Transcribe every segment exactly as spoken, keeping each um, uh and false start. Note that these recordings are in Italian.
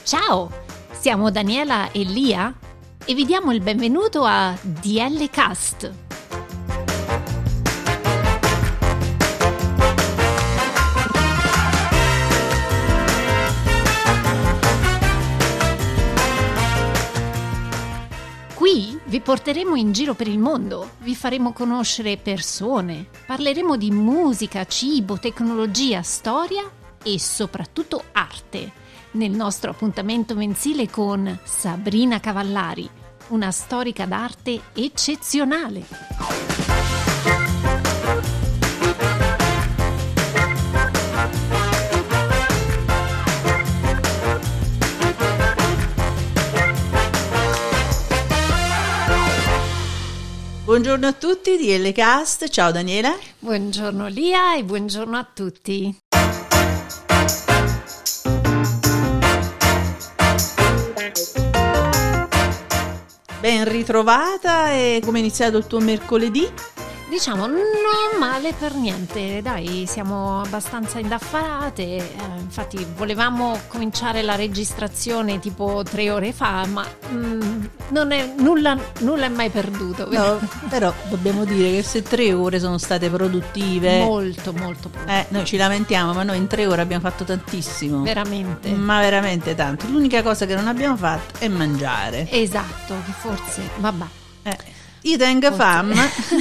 Ciao, siamo Daniela e Lia e vi diamo il benvenuto a D L Cast. Qui vi porteremo in giro per il mondo, vi faremo conoscere persone, parleremo di musica, cibo, tecnologia, storia e soprattutto arte, nel nostro appuntamento mensile con Sabrina Cavallari, una storica d'arte eccezionale. Buongiorno a tutti di L Cast, ciao Daniela. Buongiorno Lia e buongiorno a tutti. Ben ritrovata, e come è iniziato il tuo mercoledì? Diciamo non male per niente, dai, siamo abbastanza indaffarate, eh, infatti volevamo cominciare la registrazione tipo tre ore fa, ma mm, non è nulla, nulla è mai perduto. No, però dobbiamo dire che se tre ore sono state produttive, molto molto produttive. Eh, noi ci lamentiamo, ma noi in tre ore abbiamo fatto tantissimo. Veramente. Ma veramente tanto. L'unica cosa che non abbiamo fatto è mangiare. Esatto, che forse, vabbè. Eh. Io tengo fame,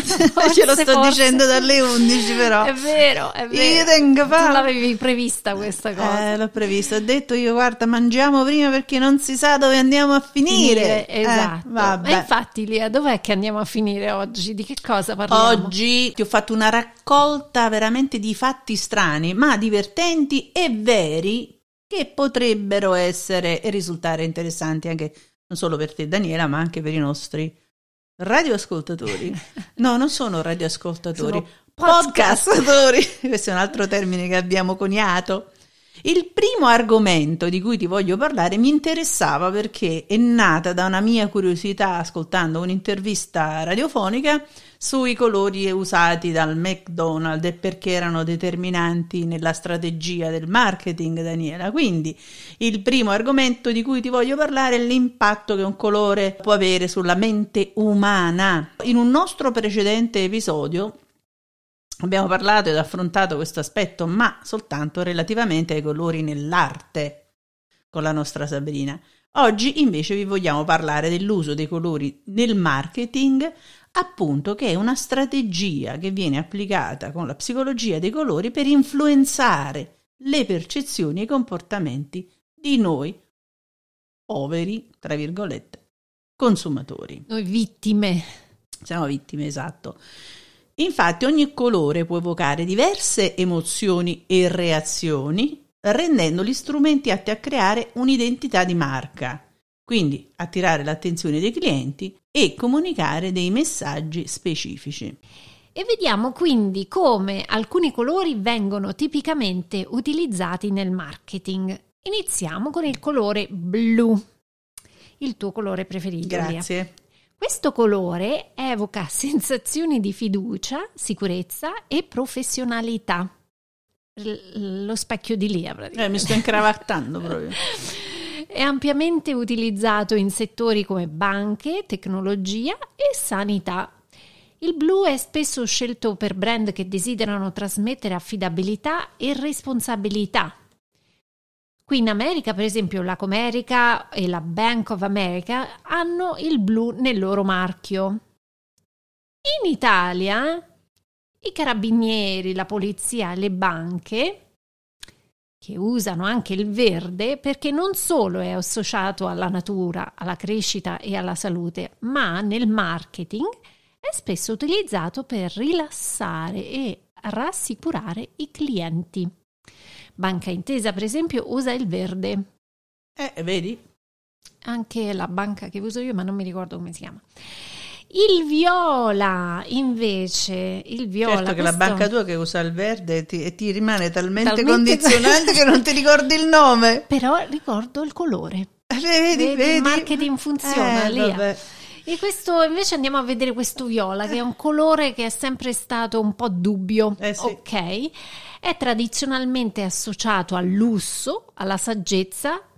ce lo sto forse. dicendo dalle undici però. È vero, è vero. Io tengo fame. Tu l'avevi prevista questa cosa. Eh, l'ho prevista, ho detto io guarda mangiamo prima perché non si sa dove andiamo a finire. finire esatto. Eh, vabbè. Ma infatti Lia, dov'è che andiamo a finire oggi? Di che cosa parliamo? Oggi ti ho fatto una raccolta veramente di fatti strani, ma divertenti e veri, che potrebbero essere e risultare interessanti anche non solo per te Daniela, ma anche per i nostri radioascoltatori. No, non sono radioascoltatori, sono podcastatori. Questo è un altro termine che abbiamo coniato. Il primo argomento di cui ti voglio parlare mi interessava perché è nata da una mia curiosità ascoltando un'intervista radiofonica sui colori usati dal McDonald's e perché erano determinanti nella strategia del marketing, Daniela. Quindi il primo argomento di cui ti voglio parlare è l'impatto che un colore può avere sulla mente umana. In un nostro precedente episodio abbiamo parlato ed affrontato questo aspetto, ma soltanto relativamente ai colori nell'arte con la nostra Sabrina. Oggi invece vi vogliamo parlare dell'uso dei colori nel marketing, appunto, che è una strategia che viene applicata con la psicologia dei colori per influenzare le percezioni e i comportamenti di noi poveri, tra virgolette, consumatori. Noi vittime. Siamo vittime, esatto. Infatti ogni colore può evocare diverse emozioni e reazioni, rendendo gli strumenti atti a creare un'identità di marca, quindi attirare l'attenzione dei clienti e comunicare dei messaggi specifici. E vediamo quindi come alcuni colori vengono tipicamente utilizzati nel marketing. Iniziamo con il colore blu, il tuo colore preferito. Grazie. Lia. Questo colore evoca sensazioni di fiducia, sicurezza e professionalità. L- lo specchio di Lia, praticamente. Eh, mi sto incravattando proprio. È ampiamente utilizzato in settori come banche, tecnologia e sanità. Il blu è spesso scelto per brand che desiderano trasmettere affidabilità e responsabilità. Qui in America, per esempio, la Comerica e la Bank of America hanno il blu nel loro marchio. In Italia, i carabinieri, la polizia e le banche, che usano anche il verde perché non solo è associato alla natura, alla crescita e alla salute, ma nel marketing è spesso utilizzato per rilassare e rassicurare i clienti. Banca Intesa, per esempio, usa il verde. Eh, vedi? Anche la banca che uso io, ma non mi ricordo come si chiama. Il viola, invece, il viola... Certo che questo... la banca tua che usa il verde ti, e ti rimane talmente, Talmente condizionante che non ti ricordi il nome. Però ricordo il colore. Vedi, vedi, vedi? Il marketing funziona, eh, Lia. Vabbè. E questo invece andiamo a vedere questo viola, che è un colore che è sempre stato un po' dubbio. Eh sì. Ok. È tradizionalmente associato al lusso, alla saggezza,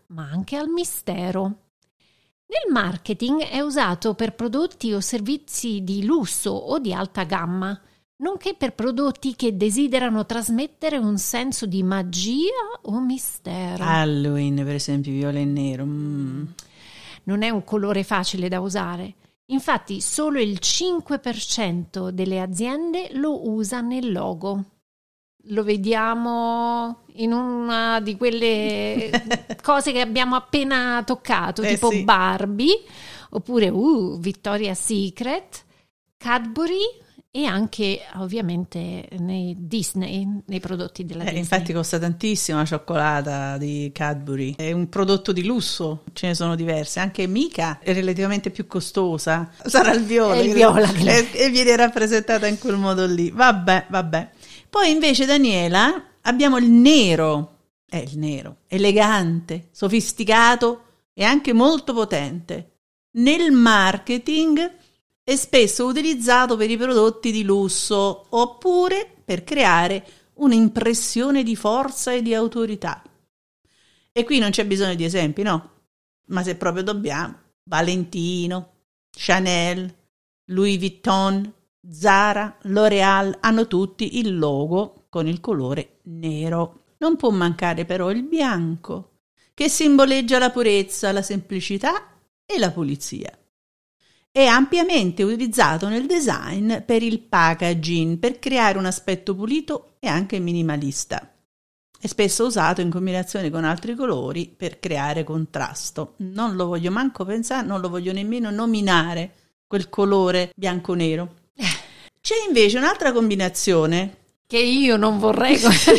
ma anche al mistero. Nel marketing è usato per prodotti o servizi di lusso o di alta gamma, nonché per prodotti che desiderano trasmettere un senso di magia o mistero. Halloween, per esempio, viola e nero. Mm. Non è un colore facile da usare. Infatti, solo il cinque per cento delle aziende lo usa nel logo. Lo vediamo in una di quelle cose che abbiamo appena toccato, eh tipo sì. Barbie, oppure uh, Victoria's Secret, Cadbury e anche ovviamente nei Disney, nei prodotti della Eh, Disney. infatti costa tantissimo la cioccolata di Cadbury, è un prodotto di lusso, ce ne sono diverse, anche Mica è relativamente più costosa, sarà il viola, È il viola che e, e viene rappresentata in quel modo lì, vabbè, vabbè. Poi invece Daniela abbiamo il nero, è il nero, elegante, sofisticato e anche molto potente. Nel marketing è spesso utilizzato per i prodotti di lusso oppure per creare un'impressione di forza e di autorità. E qui non c'è bisogno di esempi, no? Ma se proprio dobbiamo, Valentino, Chanel, Louis Vuitton, Zara, L'Oréal hanno tutti il logo con il colore nero. Non può mancare però il bianco, che simboleggia la purezza, la semplicità e la pulizia. È ampiamente utilizzato nel design per il packaging, per creare un aspetto pulito e anche minimalista. È spesso usato in combinazione con altri colori per creare contrasto. Non lo voglio manco pensare, non lo voglio nemmeno nominare, quel colore bianco-nero. C'è invece un'altra combinazione che io non vorrei.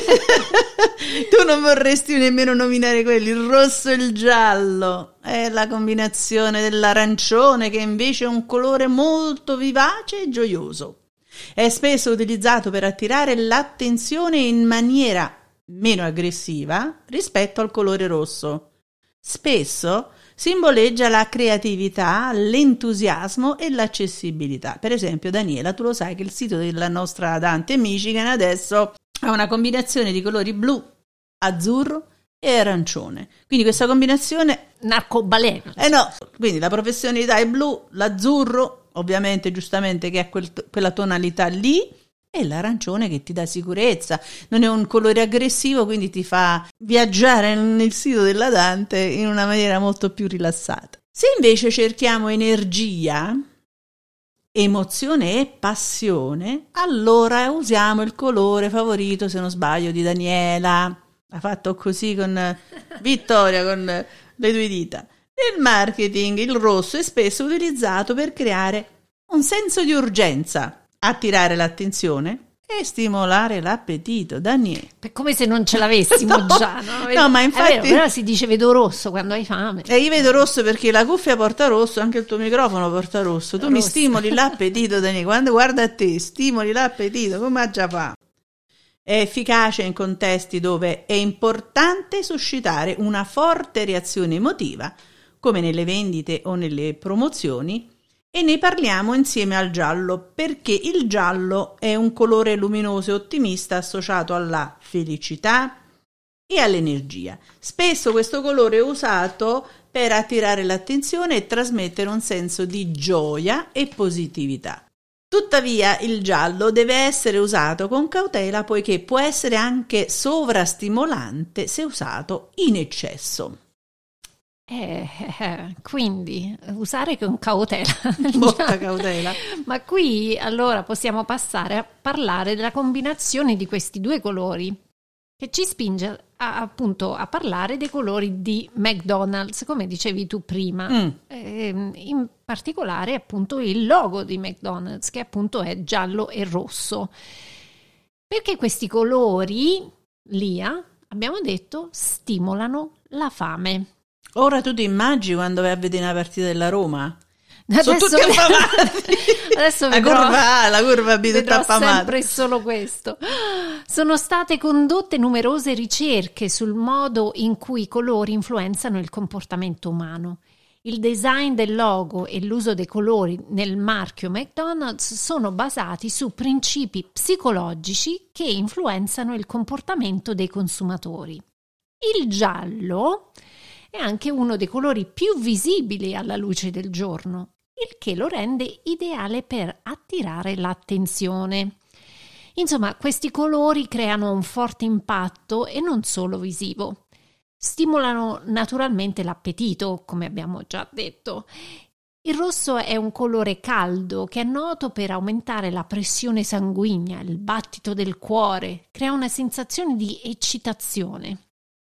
Tu non vorresti nemmeno nominare quelli, il rosso e il giallo. È la combinazione dell'arancione, che invece è un colore molto vivace e gioioso. È spesso utilizzato per attirare l'attenzione in maniera meno aggressiva rispetto al colore rosso. Spesso simboleggia la creatività, l'entusiasmo e l'accessibilità. Per esempio, Daniela, tu lo sai che il sito della nostra Dante Michigan adesso ha una combinazione di colori blu, azzurro e arancione. Quindi questa combinazione narcobaleno. Eh no, quindi la professionalità è blu, l'azzurro, ovviamente giustamente che è quel, quella tonalità lì, e l'arancione che ti dà sicurezza. Non è un colore aggressivo, quindi ti fa viaggiare nel sito della Dante in una maniera molto più rilassata. Se invece cerchiamo energia, emozione e passione, allora usiamo il colore favorito, se non sbaglio, di Daniela. Ha fatto così con Vittoria, con le due dita. Nel marketing il rosso è spesso utilizzato per creare un senso di urgenza, attirare l'attenzione e stimolare l'appetito. Daniele, come se non ce l'avessimo no, già, no? No, ma infatti è vero, però si dice vedo rosso quando hai fame. E io vedo rosso perché la cuffia porta rosso, anche il tuo microfono porta rosso. Tu rosso. Mi stimoli l'appetito, Daniele. Quando guarda a te, stimoli l'appetito, come ha già fa. È efficace in contesti dove è importante suscitare una forte reazione emotiva, come nelle vendite o nelle promozioni, e ne parliamo insieme al giallo, perché il giallo è un colore luminoso e ottimista associato alla felicità e all'energia. Spesso questo colore è usato per attirare l'attenzione e trasmettere un senso di gioia e positività. Tuttavia il giallo deve essere usato con cautela, poiché può essere anche sovrastimolante se usato in eccesso. Eh, eh, quindi usare con cautela. Molta cautela. Ma qui allora possiamo passare a parlare della combinazione di questi due colori, che ci spinge a, appunto a parlare dei colori di McDonald's, come dicevi tu prima. Mm. Eh, in particolare appunto il logo di McDonald's, che appunto è giallo e rosso. Perché questi colori, Lia, abbiamo detto, stimolano la fame. Ora tu ti immagini quando vai a vedere una partita della Roma? Adesso, sono tutti affamati. Adesso la vedrò, curva A, la curva B, tutta affamata. Sempre solo questo. Sono state condotte numerose ricerche sul modo in cui i colori influenzano il comportamento umano. Il design del logo e l'uso dei colori nel marchio McDonald's sono basati su principi psicologici che influenzano il comportamento dei consumatori. Il giallo È anche uno dei colori più visibili alla luce del giorno, il che lo rende ideale per attirare l'attenzione. Insomma, questi colori creano un forte impatto e non solo visivo. Stimolano naturalmente l'appetito, come abbiamo già detto. Il rosso è un colore caldo che è noto per aumentare la pressione sanguigna, il battito del cuore, crea una sensazione di eccitazione.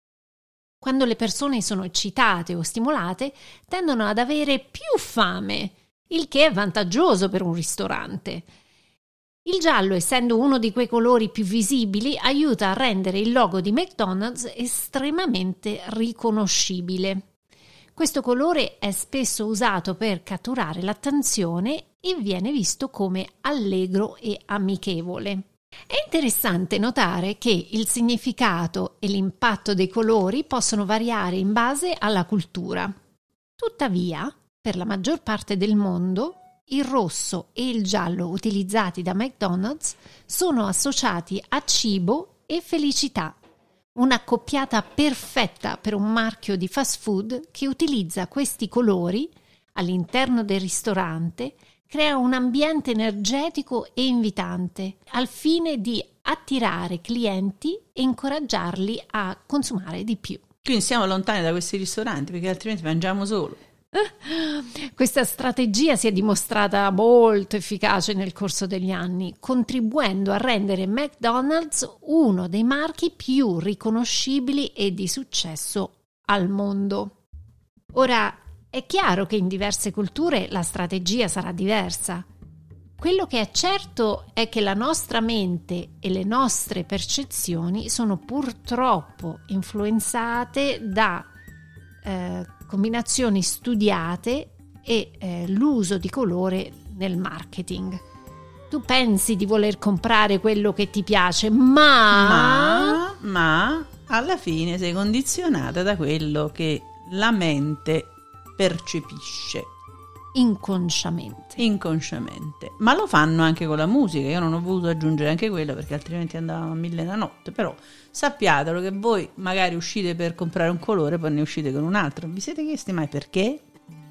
Quando le persone sono eccitate o stimolate, tendono ad avere più fame, il che è vantaggioso per un ristorante. Il giallo, essendo uno di quei colori più visibili, aiuta a rendere il logo di McDonald's estremamente riconoscibile. Questo colore è spesso usato per catturare l'attenzione e viene visto come allegro e amichevole. È interessante notare che il significato e l'impatto dei colori possono variare in base alla cultura. Tuttavia, per la maggior parte del mondo, il rosso e il giallo utilizzati da McDonald's sono associati a cibo e felicità, un'accoppiata perfetta per un marchio di fast food che utilizza questi colori all'interno del ristorante. Crea un ambiente energetico e invitante al fine di attirare clienti e incoraggiarli a consumare di più. Quindi stiamo lontani da questi ristoranti perché altrimenti mangiamo solo. Questa strategia si è dimostrata molto efficace nel corso degli anni, contribuendo a rendere McDonald's uno dei marchi più riconoscibili e di successo al mondo. Ora, è chiaro che in diverse culture la strategia sarà diversa. Quello che è certo è che la nostra mente e le nostre percezioni sono purtroppo influenzate da eh, combinazioni studiate e eh, l'uso di colore nel marketing. Tu pensi di voler comprare quello che ti piace, ma... Ma, ma alla fine sei condizionata da quello che la mente percepisce inconsciamente. Inconsciamente. Ma lo fanno anche con la musica. Io non ho voluto aggiungere anche quella perché altrimenti andavamo a mille la notte. Però sappiatelo che voi magari uscite per comprare un colore, poi ne uscite con un altro. Vi siete chiesti mai perché?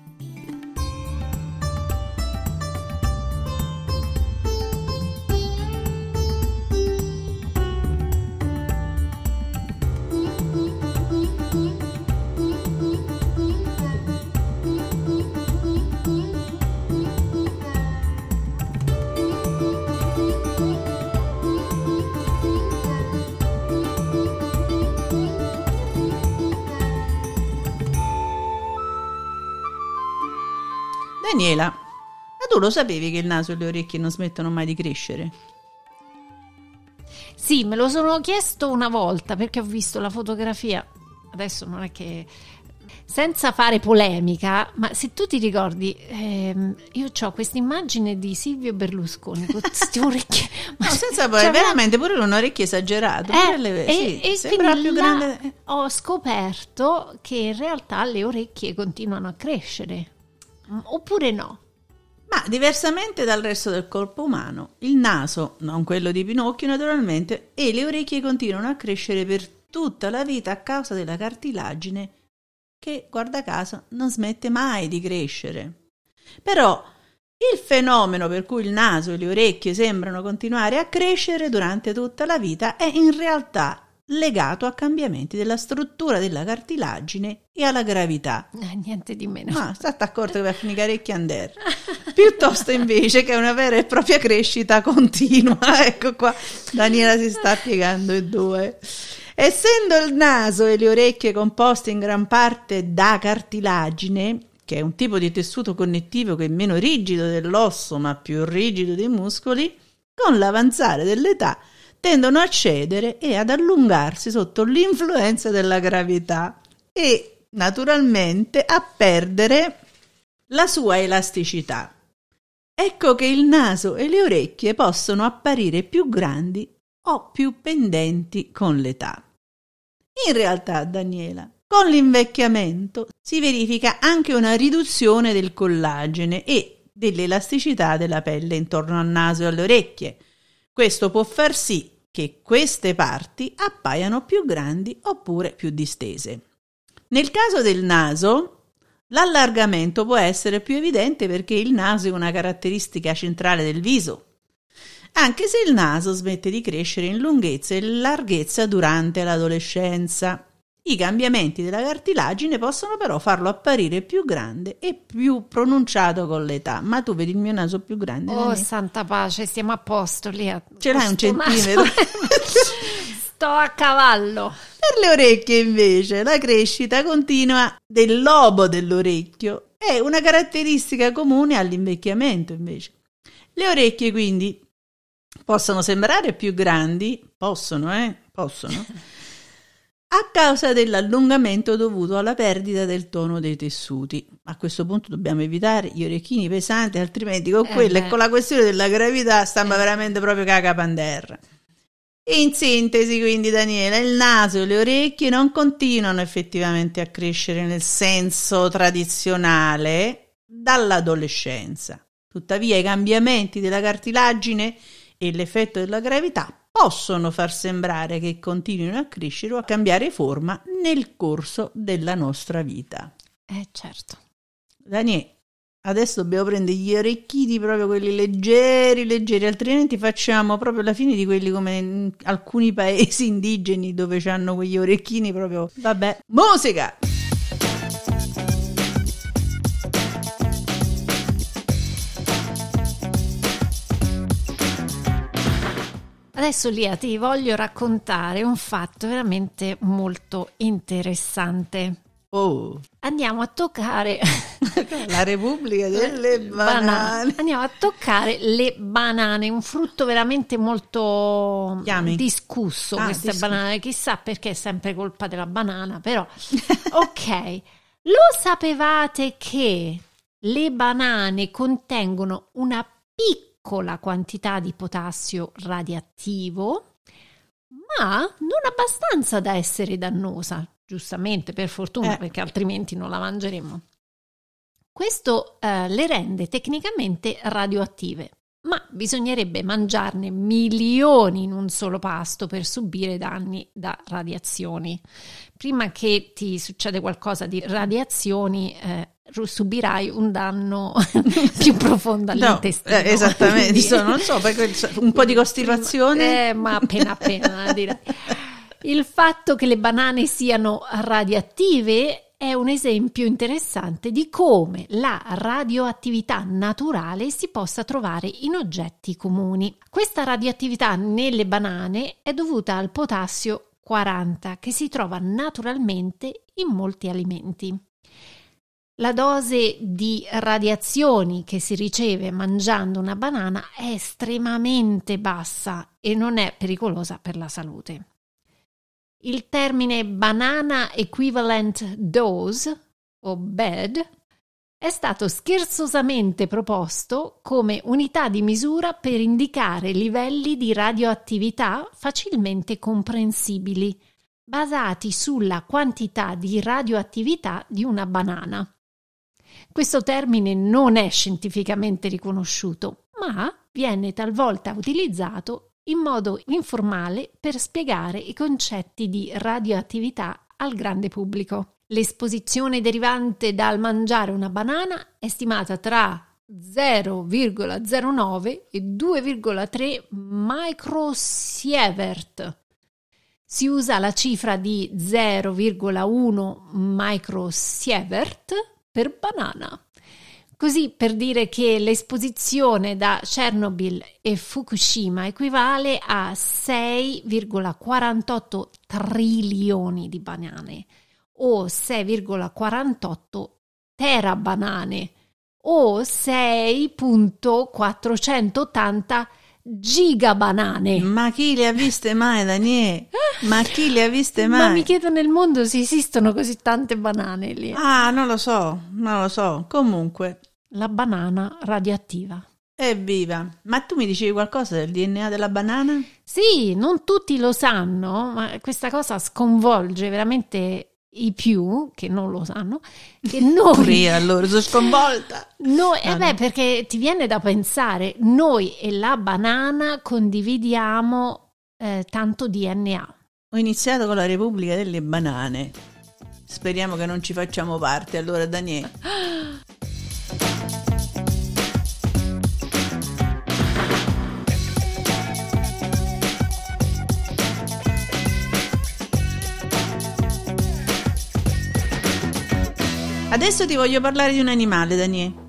Daniela, ma tu lo sapevi che il naso e le orecchie non smettono mai di crescere? Sì, me lo sono chiesto una volta perché ho visto la fotografia. Adesso non è che... Senza fare polemica, ma se tu ti ricordi, ehm, io ho questa immagine di Silvio Berlusconi con queste orecchie. Ma no, senza poi, cioè, veramente pure un orecchie esagerato. Eh, le, e, sì, e sembra più grande. Ho scoperto che in realtà le orecchie continuano a crescere. Oppure no? Ma diversamente dal resto del corpo umano, il naso, non quello di Pinocchio naturalmente, e le orecchie continuano a crescere per tutta la vita a causa della cartilagine che, guarda caso, non smette mai di crescere. Però il fenomeno per cui il naso e le orecchie sembrano continuare a crescere durante tutta la vita è in realtà legato a cambiamenti della struttura della cartilagine e alla gravità. Eh, niente di meno. Ma state accorto che va a finire orecchie andere. Piuttosto invece che una vera e propria crescita continua. Ecco qua, Daniela si sta piegando in due. Essendo il naso e le orecchie composte in gran parte da cartilagine, che è un tipo di tessuto connettivo che è meno rigido dell'osso ma più rigido dei muscoli, con l'avanzare dell'età tendono a cedere e ad allungarsi sotto l'influenza della gravità e naturalmente a perdere la sua elasticità. Ecco che il naso e le orecchie possono apparire più grandi o più pendenti con l'età. In realtà, Daniela, con l'invecchiamento si verifica anche una riduzione del collagene e dell'elasticità della pelle intorno al naso e alle orecchie. Questo può far sì che queste parti appaiano più grandi oppure più distese. Nel caso del naso, l'allargamento può essere più evidente perché il naso è una caratteristica centrale del viso, anche se il naso smette di crescere in lunghezza e larghezza durante l'adolescenza. I cambiamenti della cartilagine possono però farlo apparire più grande e più pronunciato con l'età. Ma tu vedi il mio naso più grande? Oh, santa pace, stiamo a posto lì. A Ce l'hai un centimetro? Sto a cavallo. Per le orecchie invece la crescita continua del lobo dell'orecchio è una caratteristica comune all'invecchiamento invece. Le orecchie quindi possono sembrare più grandi, possono, eh? Possono, a causa dell'allungamento dovuto alla perdita del tono dei tessuti. A questo punto dobbiamo evitare gli orecchini pesanti, altrimenti con eh quella beh. e con la questione della gravità stiamo eh. veramente proprio cacapanderra. In sintesi, quindi, Daniela, il naso e le orecchie non continuano effettivamente a crescere nel senso tradizionale dall'adolescenza. Tuttavia i cambiamenti della cartilagine e l'effetto della gravità possono far sembrare che continuino a crescere o a cambiare forma nel corso della nostra vita. Eh certo. Daniele, adesso dobbiamo prendere gli orecchini, proprio quelli leggeri, leggeri, altrimenti facciamo proprio la fine di quelli come in alcuni paesi indigeni dove hanno quegli orecchini proprio... Vabbè, musica! Adesso Lia ti voglio raccontare un fatto veramente molto interessante. Oh. Andiamo a toccare la Repubblica delle banane. banane. Andiamo a toccare le banane, un frutto veramente molto Yummy. discusso. Ah, queste discusso. banane, chissà perché è sempre colpa della banana, però ok. Lo sapevate che le banane contengono una piccola piccola quantità di potassio radioattivo, ma non abbastanza da essere dannosa, giustamente, per fortuna, eh. perché altrimenti non la mangeremo. Questo eh, le rende tecnicamente radioattive, ma bisognerebbe mangiarne milioni in un solo pasto per subire danni da radiazioni. Prima che ti succeda qualcosa di radiazioni, eh, subirai un danno più profondo all'intestino. No, eh, esattamente, so, non so, un po' di costipazione. Eh, ma appena appena direi. Il fatto che le banane siano radioattive è un esempio interessante di come la radioattività naturale si possa trovare in oggetti comuni. Questa radioattività nelle banane è dovuta al potassio quaranta che si trova naturalmente in molti alimenti. La dose di radiazioni che si riceve mangiando una banana è estremamente bassa e non è pericolosa per la salute. Il termine Banana Equivalent Dose, o B E D, è stato scherzosamente proposto come unità di misura per indicare livelli di radioattività facilmente comprensibili, basati sulla quantità di radioattività di una banana. Questo termine non è scientificamente riconosciuto, ma viene talvolta utilizzato in modo informale per spiegare i concetti di radioattività al grande pubblico. L'esposizione derivante dal mangiare una banana è stimata tra zero virgola zero nove e due virgola tre microsievert. Si usa la cifra di zero virgola uno microsievert per banana. Così per dire che l'esposizione da Chernobyl e Fukushima equivale a sei virgola quarantotto trilioni di banane o sei virgola quarantotto terabanane o sei virgola quattrocentottanta gigabanane. Ma chi le ha viste mai, Daniele? Ma chi le ha viste mai? Ma mi chiedo nel mondo se esistono così tante banane lì. Ah, non lo so, non lo so. Comunque, la banana radioattiva. Evviva! Ma tu mi dicevi qualcosa del D N A della banana? Sì, non tutti lo sanno, ma questa cosa sconvolge veramente i più che non lo sanno. Che noi, Pure io allora sono sconvolta. Noi, eh no, beh, no. perché ti viene da pensare, noi e la banana condividiamo eh, tanto D N A. Ho iniziato con la Repubblica delle banane. Speriamo che non ci facciamo parte, allora, Daniele. Adesso ti voglio parlare di un animale, Daniele.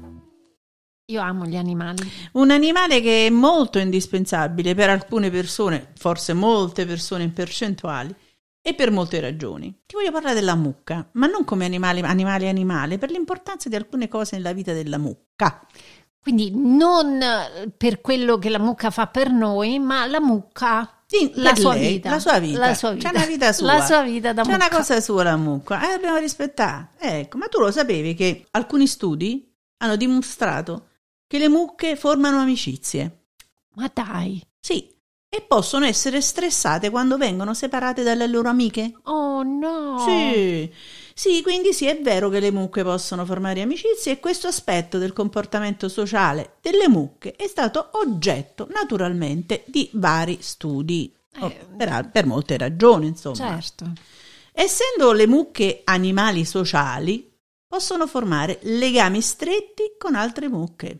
Io amo gli animali. Un animale che è molto indispensabile per alcune persone, forse molte persone in percentuali, e per molte ragioni. Ti voglio parlare della mucca, ma non come animale, animale, animale, per l'importanza di alcune cose nella vita della mucca. Quindi non per quello che la mucca fa per noi, ma la mucca, sì, la, sua lei, vita, la sua vita. La sua vita. C'è una vita sua. La sua vita da C'è mucca. una cosa sua la mucca, e eh, dobbiamo rispettare. Ecco, ma tu lo sapevi che alcuni studi hanno dimostrato che le mucche formano amicizie? Ma dai! Sì, e possono essere stressate quando vengono separate dalle loro amiche. Oh no! Sì, sì, quindi sì, è vero che le mucche possono formare amicizie e questo aspetto del comportamento sociale delle mucche è stato oggetto naturalmente di vari studi, eh, per, per molte ragioni, insomma. Certo. Essendo le mucche animali sociali, possono formare legami stretti con altre mucche.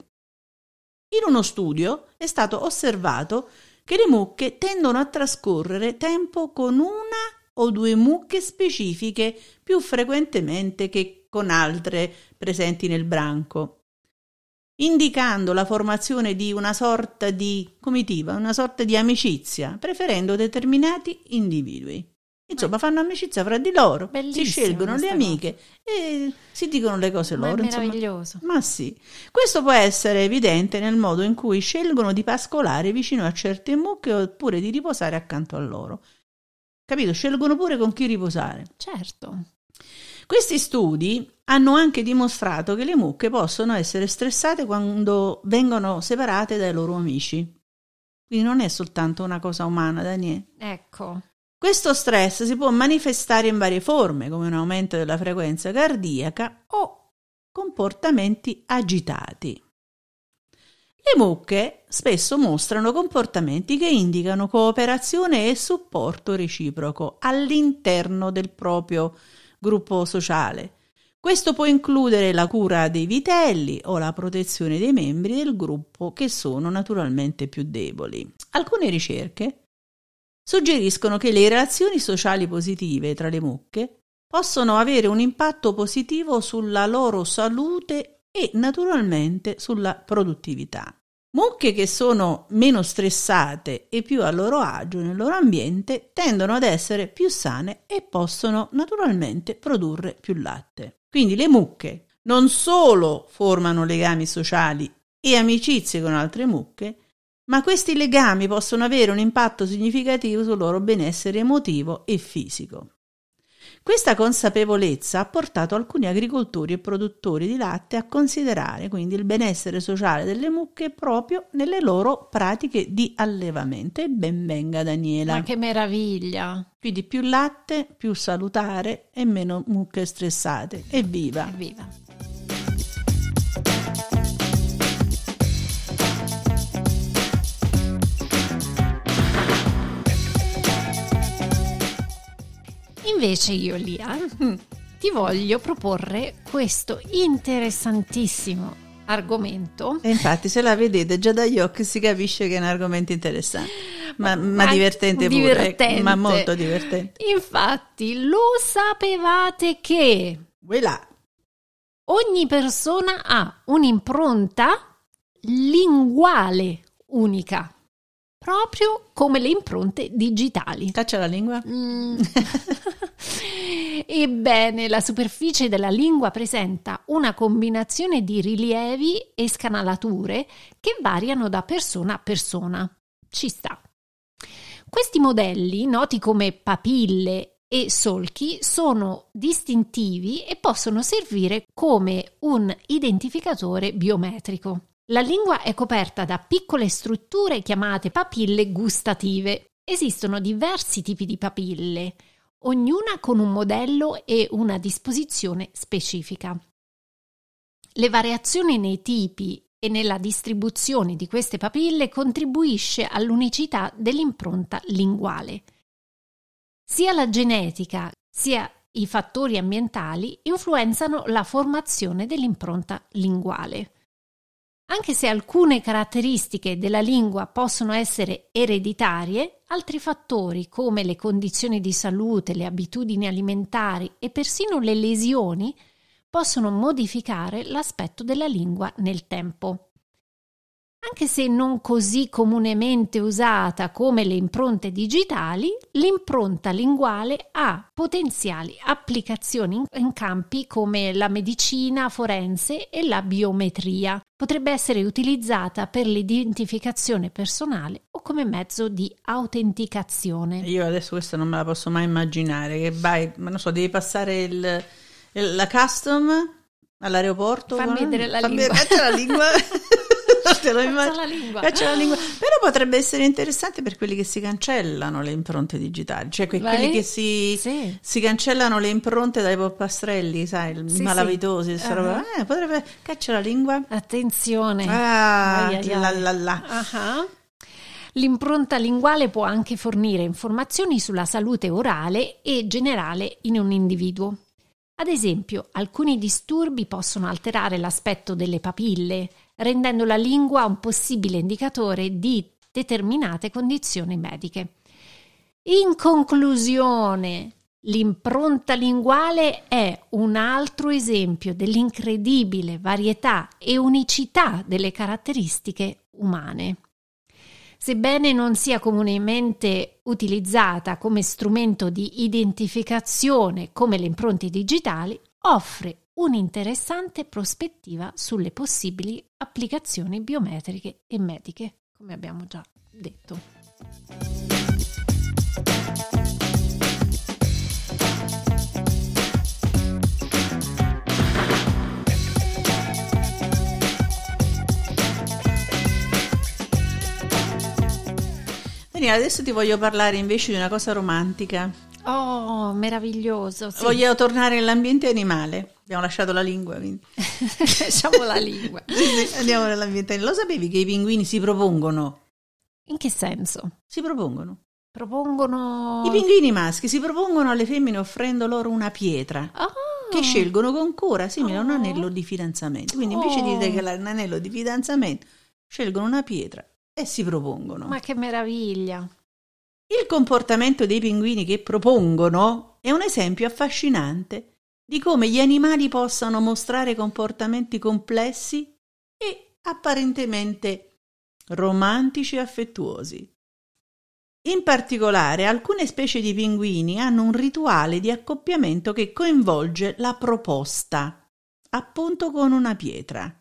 In uno studio è stato osservato che le mucche tendono a trascorrere tempo con una o due mucche specifiche più frequentemente che con altre presenti nel branco, indicando la formazione di una sorta di comitiva, una sorta di amicizia, preferendo determinati individui. Insomma, fanno amicizia fra di loro, bellissimo, si scelgono le amiche cosa. E si dicono le cose Ma loro. è meraviglioso. Insomma. Ma sì, questo può essere evidente nel modo in cui scelgono di pascolare vicino a certe mucche oppure di riposare accanto a loro. Capito? Scelgono pure con chi riposare. Certo. Questi studi hanno anche dimostrato che le mucche possono essere stressate quando vengono separate dai loro amici. Quindi non è soltanto una cosa umana, Daniele. Ecco. Questo stress si può manifestare in varie forme, come un aumento della frequenza cardiaca o comportamenti agitati. Le mucche spesso mostrano comportamenti che indicano cooperazione e supporto reciproco all'interno del proprio gruppo sociale. Questo può includere la cura dei vitelli o la protezione dei membri del gruppo che sono naturalmente più deboli. Alcune ricerche suggeriscono che le relazioni sociali positive tra le mucche possono avere un impatto positivo sulla loro salute e naturalmente sulla produttività. Mucche che sono meno stressate e più a loro agio nel loro ambiente tendono ad essere più sane e possono naturalmente produrre più latte. Quindi le mucche non solo formano legami sociali e amicizie con altre mucche, ma questi legami possono avere un impatto significativo sul loro benessere emotivo e fisico. Questa consapevolezza ha portato alcuni agricoltori e produttori di latte a considerare quindi il benessere sociale delle mucche proprio nelle loro pratiche di allevamento. E ben venga, Daniela. Ma che meraviglia! Quindi più latte, più salutare e meno mucche stressate. Evviva! Evviva! Invece io, Lia, ti voglio proporre questo interessantissimo argomento. E infatti, se la vedete già dagli occhi si capisce che è un argomento interessante, ma, ma, ma divertente pure, divertente. ma molto divertente. Infatti, lo sapevate che Voilà. ogni persona ha un'impronta linguale unica, proprio come le impronte digitali. Caccia la lingua? Mm. Ebbene, la superficie della lingua presenta una combinazione di rilievi e scanalature che variano da persona a persona. Ci sta. Questi modelli, noti come papille e solchi, sono distintivi e possono servire come un identificatore biometrico. La lingua è coperta da piccole strutture chiamate papille gustative. Esistono diversi tipi di papille, ognuna con un modello e una disposizione specifica. Le variazioni nei tipi e nella distribuzione di queste papille contribuisce all'unicità dell'impronta linguale. Sia la genetica sia i fattori ambientali influenzano la formazione dell'impronta linguale. Anche se alcune caratteristiche della lingua possono essere ereditarie, altri fattori come le condizioni di salute, le abitudini alimentari e persino le lesioni possono modificare l'aspetto della lingua nel tempo. Anche se non così comunemente usata come le impronte digitali, l'impronta linguale ha potenziali applicazioni in campi come la medicina forense e la biometria. Potrebbe essere utilizzata per l'identificazione personale o come mezzo di autenticazione. Io adesso questa non me la posso mai immaginare, che vai, ma non so, devi passare il, il, la custom all'aeroporto. Fammi vedere la fammi lingua. Faccia la lingua. Te lo immagino. La lingua. La lingua. Però potrebbe essere interessante per quelli che si cancellano le impronte digitali, cioè que- quelli che si, sì. si cancellano le impronte dai polpastrelli, sai, i sì, malavitosi, sì. uh-huh. eh, potrebbe caccia la lingua. Attenzione. Ah, ai, ai, ai. La, la, la. Uh-huh. L'impronta linguale può anche fornire informazioni sulla salute orale e generale in un individuo. Ad esempio, alcuni disturbi possono alterare l'aspetto delle papille, rendendo la lingua un possibile indicatore di determinate condizioni mediche. In conclusione, l'impronta linguale è un altro esempio dell'incredibile varietà e unicità delle caratteristiche umane. Sebbene non sia comunemente utilizzata come strumento di identificazione come le impronte digitali, offre un'interessante prospettiva sulle possibili applicazioni biometriche e mediche, come abbiamo già detto. Adesso ti voglio parlare invece di una cosa romantica. Oh, meraviglioso! Sì. Voglio tornare nell'ambiente animale. Abbiamo lasciato la lingua, quindi lasciamo la lingua. Andiamo nell'ambiente animale. Lo sapevi che i pinguini si propongono? In che senso? Si propongono. Propongono. I pinguini maschi si propongono alle femmine offrendo loro una pietra. Oh. Che scelgono con cura, simile oh. a un anello di fidanzamento. Quindi invece oh. di regalare un anello di fidanzamento, scelgono una pietra e si propongono. Ma che meraviglia! Il comportamento dei pinguini che propongono è un esempio affascinante di come gli animali possano mostrare comportamenti complessi e apparentemente romantici e affettuosi. In particolare, alcune specie di pinguini hanno un rituale di accoppiamento che coinvolge la proposta, appunto con una pietra.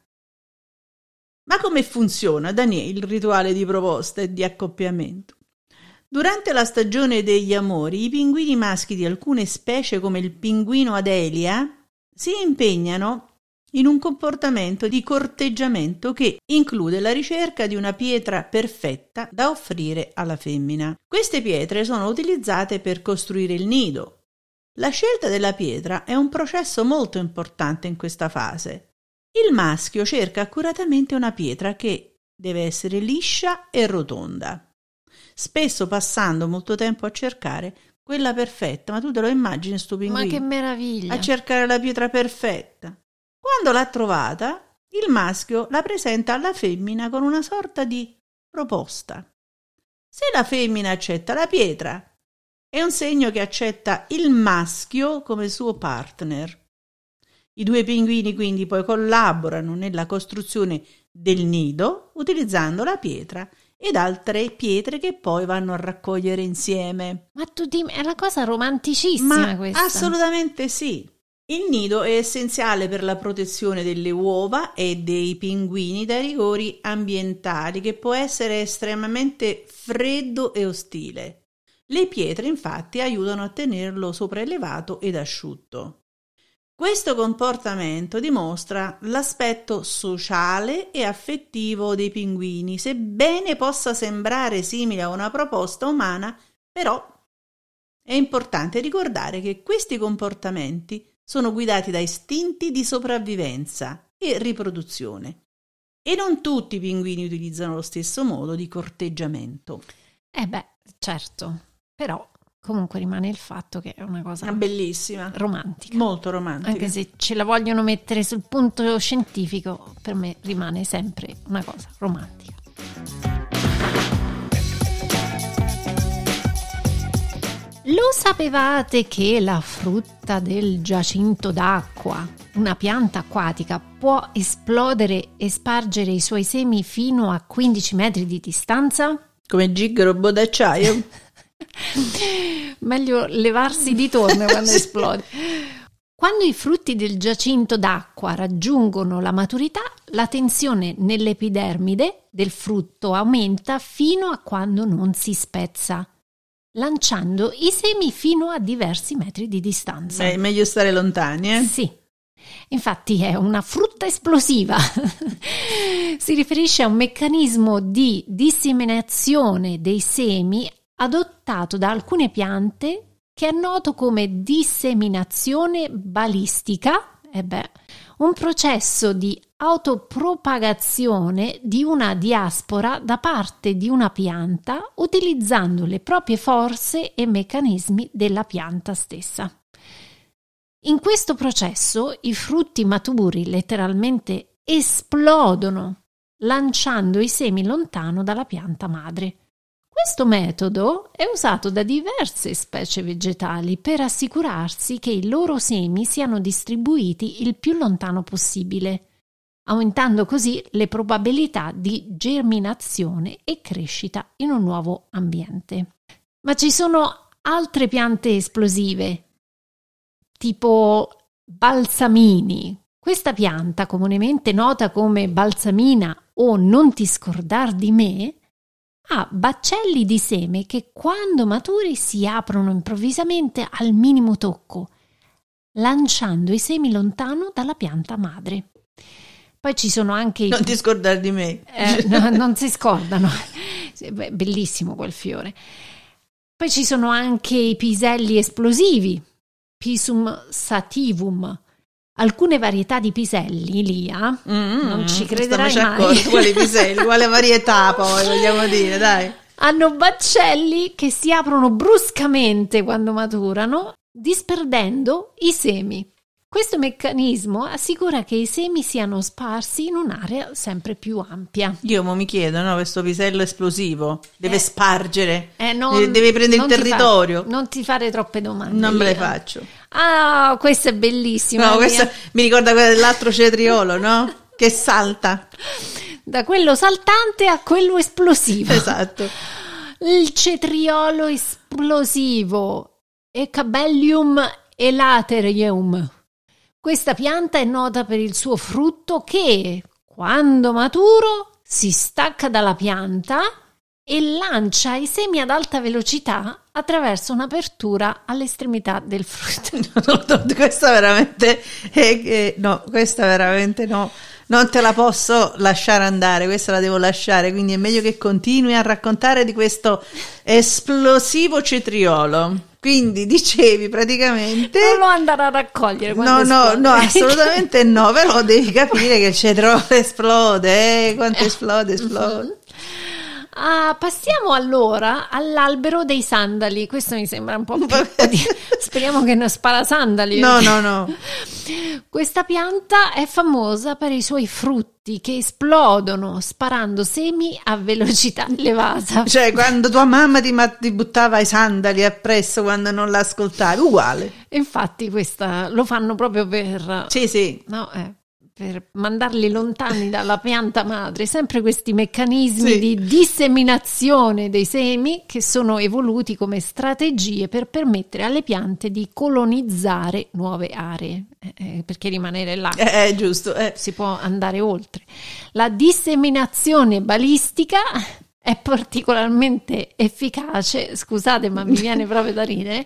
Ma come funziona, Daniele, il rituale di proposta e di accoppiamento? Durante la stagione degli amori, i pinguini maschi di alcune specie, come il pinguino Adelia, si impegnano in un comportamento di corteggiamento che include la ricerca di una pietra perfetta da offrire alla femmina. Queste pietre sono utilizzate per costruire il nido. La scelta della pietra è un processo molto importante in questa fase. Il maschio cerca accuratamente una pietra che deve essere liscia e rotonda, spesso passando molto tempo a cercare quella perfetta. Ma tu te lo immagini sto pinguino? Ma che meraviglia! A cercare la pietra perfetta. Quando l'ha trovata, il maschio la presenta alla femmina con una sorta di proposta. Se la femmina accetta la pietra, è un segno che accetta il maschio come suo partner. I due pinguini quindi poi collaborano nella costruzione del nido utilizzando la pietra ed altre pietre che poi vanno a raccogliere insieme. Ma tu dimmi, è una cosa romanticissima. Ma questa. Assolutamente sì. Il nido è essenziale per la protezione delle uova e dei pinguini dai rigori ambientali, che può essere estremamente freddo e ostile. Le pietre infatti aiutano a tenerlo sopraelevato ed asciutto. Questo comportamento dimostra l'aspetto sociale e affettivo dei pinguini, sebbene possa sembrare simile a una proposta umana, però è importante ricordare che questi comportamenti sono guidati da istinti di sopravvivenza e riproduzione e non tutti i pinguini utilizzano lo stesso modo di corteggiamento. Eh beh, certo, però Comunque rimane il fatto che è una cosa Una bellissima, romantica. molto romantica. Anche se ce la vogliono mettere sul punto scientifico, per me rimane sempre una cosa romantica. Lo sapevate che la frutta del giacinto d'acqua, una pianta acquatica, può esplodere e spargere i suoi semi fino a quindici metri di distanza? Come Gig robot d'acciaio. Meglio levarsi di torno quando esplode. Quando i frutti del giacinto d'acqua raggiungono la maturità, la tensione nell'epidermide del frutto aumenta fino a quando non si spezza, lanciando i semi fino a diversi metri di distanza. È meglio stare lontani, eh? Sì. Infatti è una frutta esplosiva. Si riferisce a un meccanismo di disseminazione dei semi adottato da alcune piante che è noto come disseminazione balistica, e beh, un processo di autopropagazione di una diaspora da parte di una pianta utilizzando le proprie forze e meccanismi della pianta stessa. In questo processo i frutti maturi letteralmente esplodono, lanciando i semi lontano dalla pianta madre. Questo metodo è usato da diverse specie vegetali per assicurarsi che i loro semi siano distribuiti il più lontano possibile, aumentando così le probabilità di germinazione e crescita in un nuovo ambiente. Ma ci sono altre piante esplosive, tipo balsamini. Questa pianta, comunemente nota come balsamina o non ti scordar di me, ha baccelli di seme che quando maturi si aprono improvvisamente al minimo tocco, lanciando i semi lontano dalla pianta madre. Poi ci sono anche i... Non ti scordare di me. Eh, no, non si scordano. Beh, bellissimo quel fiore. Poi ci sono anche i piselli esplosivi, Pisum sativum. Alcune varietà di piselli, Lia, mm, non ci crederai mai. Accorto, quali piselli, quale varietà poi vogliamo dire, dai. Hanno baccelli che si aprono bruscamente quando maturano, disperdendo i semi. Questo meccanismo assicura che i semi siano sparsi in un'area sempre più ampia. Io mo mi chiedo, no, questo pisello esplosivo deve eh, spargere, eh, non, deve prendere il territorio. Fa, non ti fare troppe domande. Non me le Lia. faccio. Ah, questo è bellissimo. No, questo mi ricorda quello dell'altro cetriolo, no? Che salta. Da quello saltante a quello esplosivo. Esatto. Il cetriolo esplosivo, Ecabellium elaterium. Questa pianta è nota per il suo frutto che, quando maturo, si stacca dalla pianta e lancia i semi ad alta velocità attraverso un'apertura all'estremità del frutto. No, no, questa veramente è, è, no, questa veramente no, non te la posso lasciare andare, questa la devo lasciare, quindi è meglio che continui a raccontare di questo esplosivo cetriolo. Quindi dicevi praticamente non lo andare a raccogliere no no no assolutamente no, però devi capire che il cetriolo esplode, eh? Quanto esplode esplode. Ah, passiamo allora all'albero dei sandali. Questo mi sembra un po' più di... Speriamo che non spara sandali. No, no, no. Questa pianta è famosa per i suoi frutti che esplodono sparando semi a velocità elevata. Cioè, quando tua mamma ti, ti buttava i sandali appresso quando non l'ascoltavi, uguale. Infatti, questa lo fanno proprio per... Sì, sì. No, eh. per mandarli lontani dalla pianta madre, sempre questi meccanismi sì. di disseminazione dei semi che sono evoluti come strategie per permettere alle piante di colonizzare nuove aree, eh, perché rimanere là è eh, giusto, eh. si può andare oltre. La disseminazione balistica è particolarmente efficace, scusate ma mi viene proprio da ridere,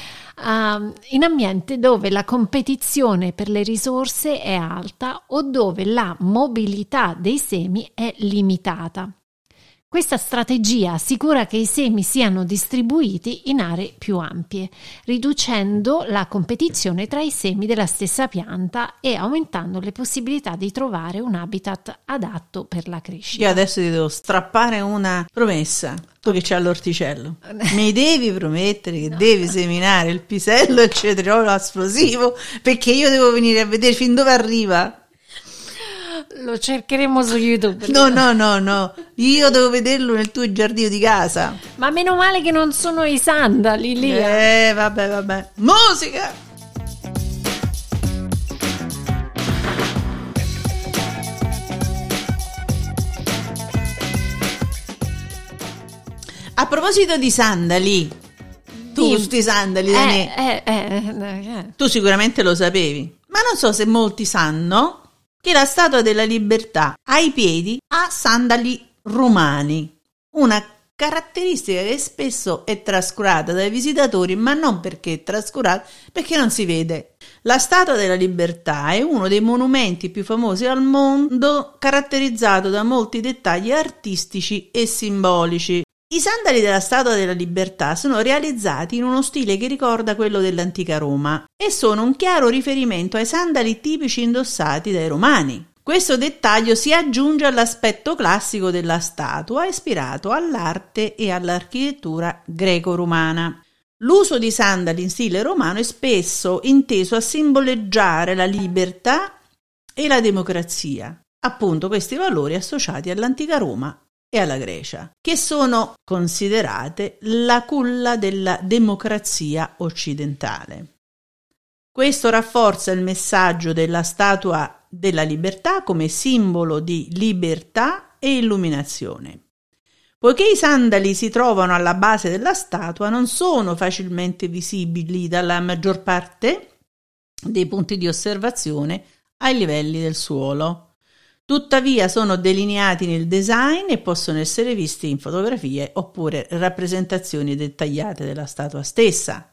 Uh, in ambiente dove la competizione per le risorse è alta o dove la mobilità dei semi è limitata. Questa strategia assicura che i semi siano distribuiti in aree più ampie, riducendo la competizione tra i semi della stessa pianta e aumentando le possibilità di trovare un habitat adatto per la crescita. Io adesso ti devo strappare una promessa. Tu che c'hai l'orticello, mi devi promettere che no. devi seminare il pisello e il cetriolo esplosivo, perché io devo venire a vedere fin dove arriva. Lo cercheremo su YouTube. No, no, no, no. Io devo vederlo nel tuo giardino di casa. Ma meno male che non sono i sandali lì. Eh, vabbè, vabbè. Musica! A proposito di sandali, tu sti sandali da me, eh, eh, eh, tu sicuramente lo sapevi, ma non so se molti sanno che la Statua della Libertà ai piedi ha sandali romani, una caratteristica che spesso è trascurata dai visitatori, ma non perché è trascurata, perché non si vede. La Statua della Libertà è uno dei monumenti più famosi al mondo, caratterizzato da molti dettagli artistici e simbolici. I sandali della Statua della Libertà sono realizzati in uno stile che ricorda quello dell'antica Roma e sono un chiaro riferimento ai sandali tipici indossati dai romani. Questo dettaglio si aggiunge all'aspetto classico della statua, ispirato all'arte e all'architettura greco-romana. L'uso di sandali in stile romano è spesso inteso a simboleggiare la libertà e la democrazia, appunto questi valori associati all'antica Roma e alla Grecia, che sono considerate la culla della democrazia occidentale. Questo rafforza il messaggio della Statua della Libertà come simbolo di libertà e illuminazione. Poiché i sandali si trovano alla base della statua, non sono facilmente visibili dalla maggior parte dei punti di osservazione ai livelli del suolo. Tuttavia sono delineati nel design e possono essere visti in fotografie oppure rappresentazioni dettagliate della statua stessa.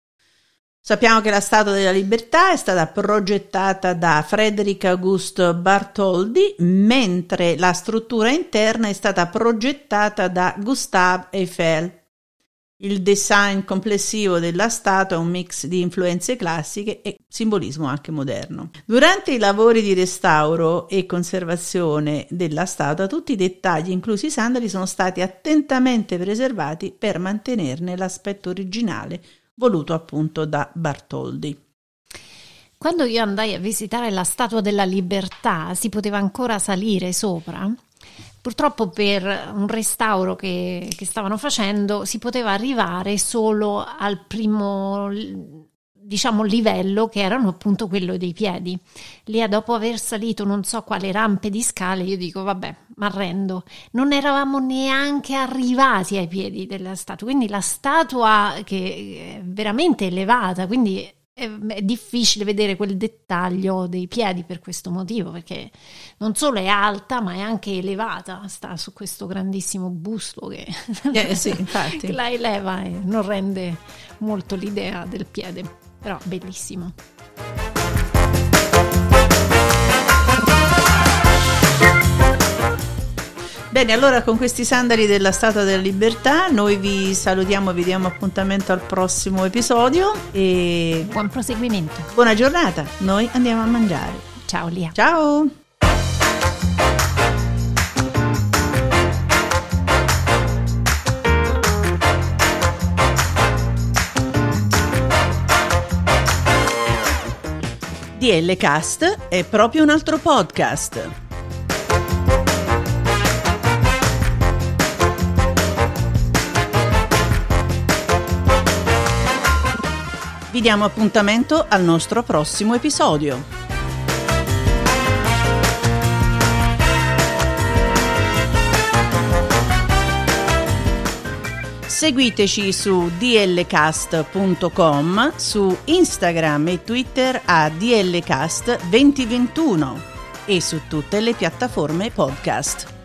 Sappiamo che la Statua della Libertà è stata progettata da Frederick August Bartholdi, mentre la struttura interna è stata progettata da Gustave Eiffel. Il design complessivo della statua è un mix di influenze classiche e simbolismo anche moderno. Durante i lavori di restauro e conservazione della statua, tutti i dettagli, inclusi i sandali, sono stati attentamente preservati per mantenerne l'aspetto originale, voluto appunto da Bartholdi. Quando io andai a visitare la Statua della Libertà, si poteva ancora salire sopra. Purtroppo per un restauro che, che stavano facendo si poteva arrivare solo al primo, diciamo, livello, che erano appunto quello dei piedi. Lì, dopo aver salito non so quale rampe di scale, io dico vabbè, m'arrendo. Non eravamo neanche arrivati ai piedi della statua, quindi la statua che è veramente elevata, quindi è difficile vedere quel dettaglio dei piedi per questo motivo, perché non solo è alta ma è anche elevata, sta su questo grandissimo busto che, eh, sì, infatti. che la eleva e non rende molto l'idea del piede, però bellissimo. Bene, allora con questi sandali della Statua della Libertà noi vi salutiamo, vi diamo appuntamento al prossimo episodio e buon proseguimento. Buona giornata, noi andiamo a mangiare. Ciao Lia. Ciao. D L Cast è proprio un altro podcast. Vi diamo appuntamento al nostro prossimo episodio. Seguiteci su d l cast punto com, su Instagram e Twitter a d l cast duemilaventuno e su tutte le piattaforme podcast.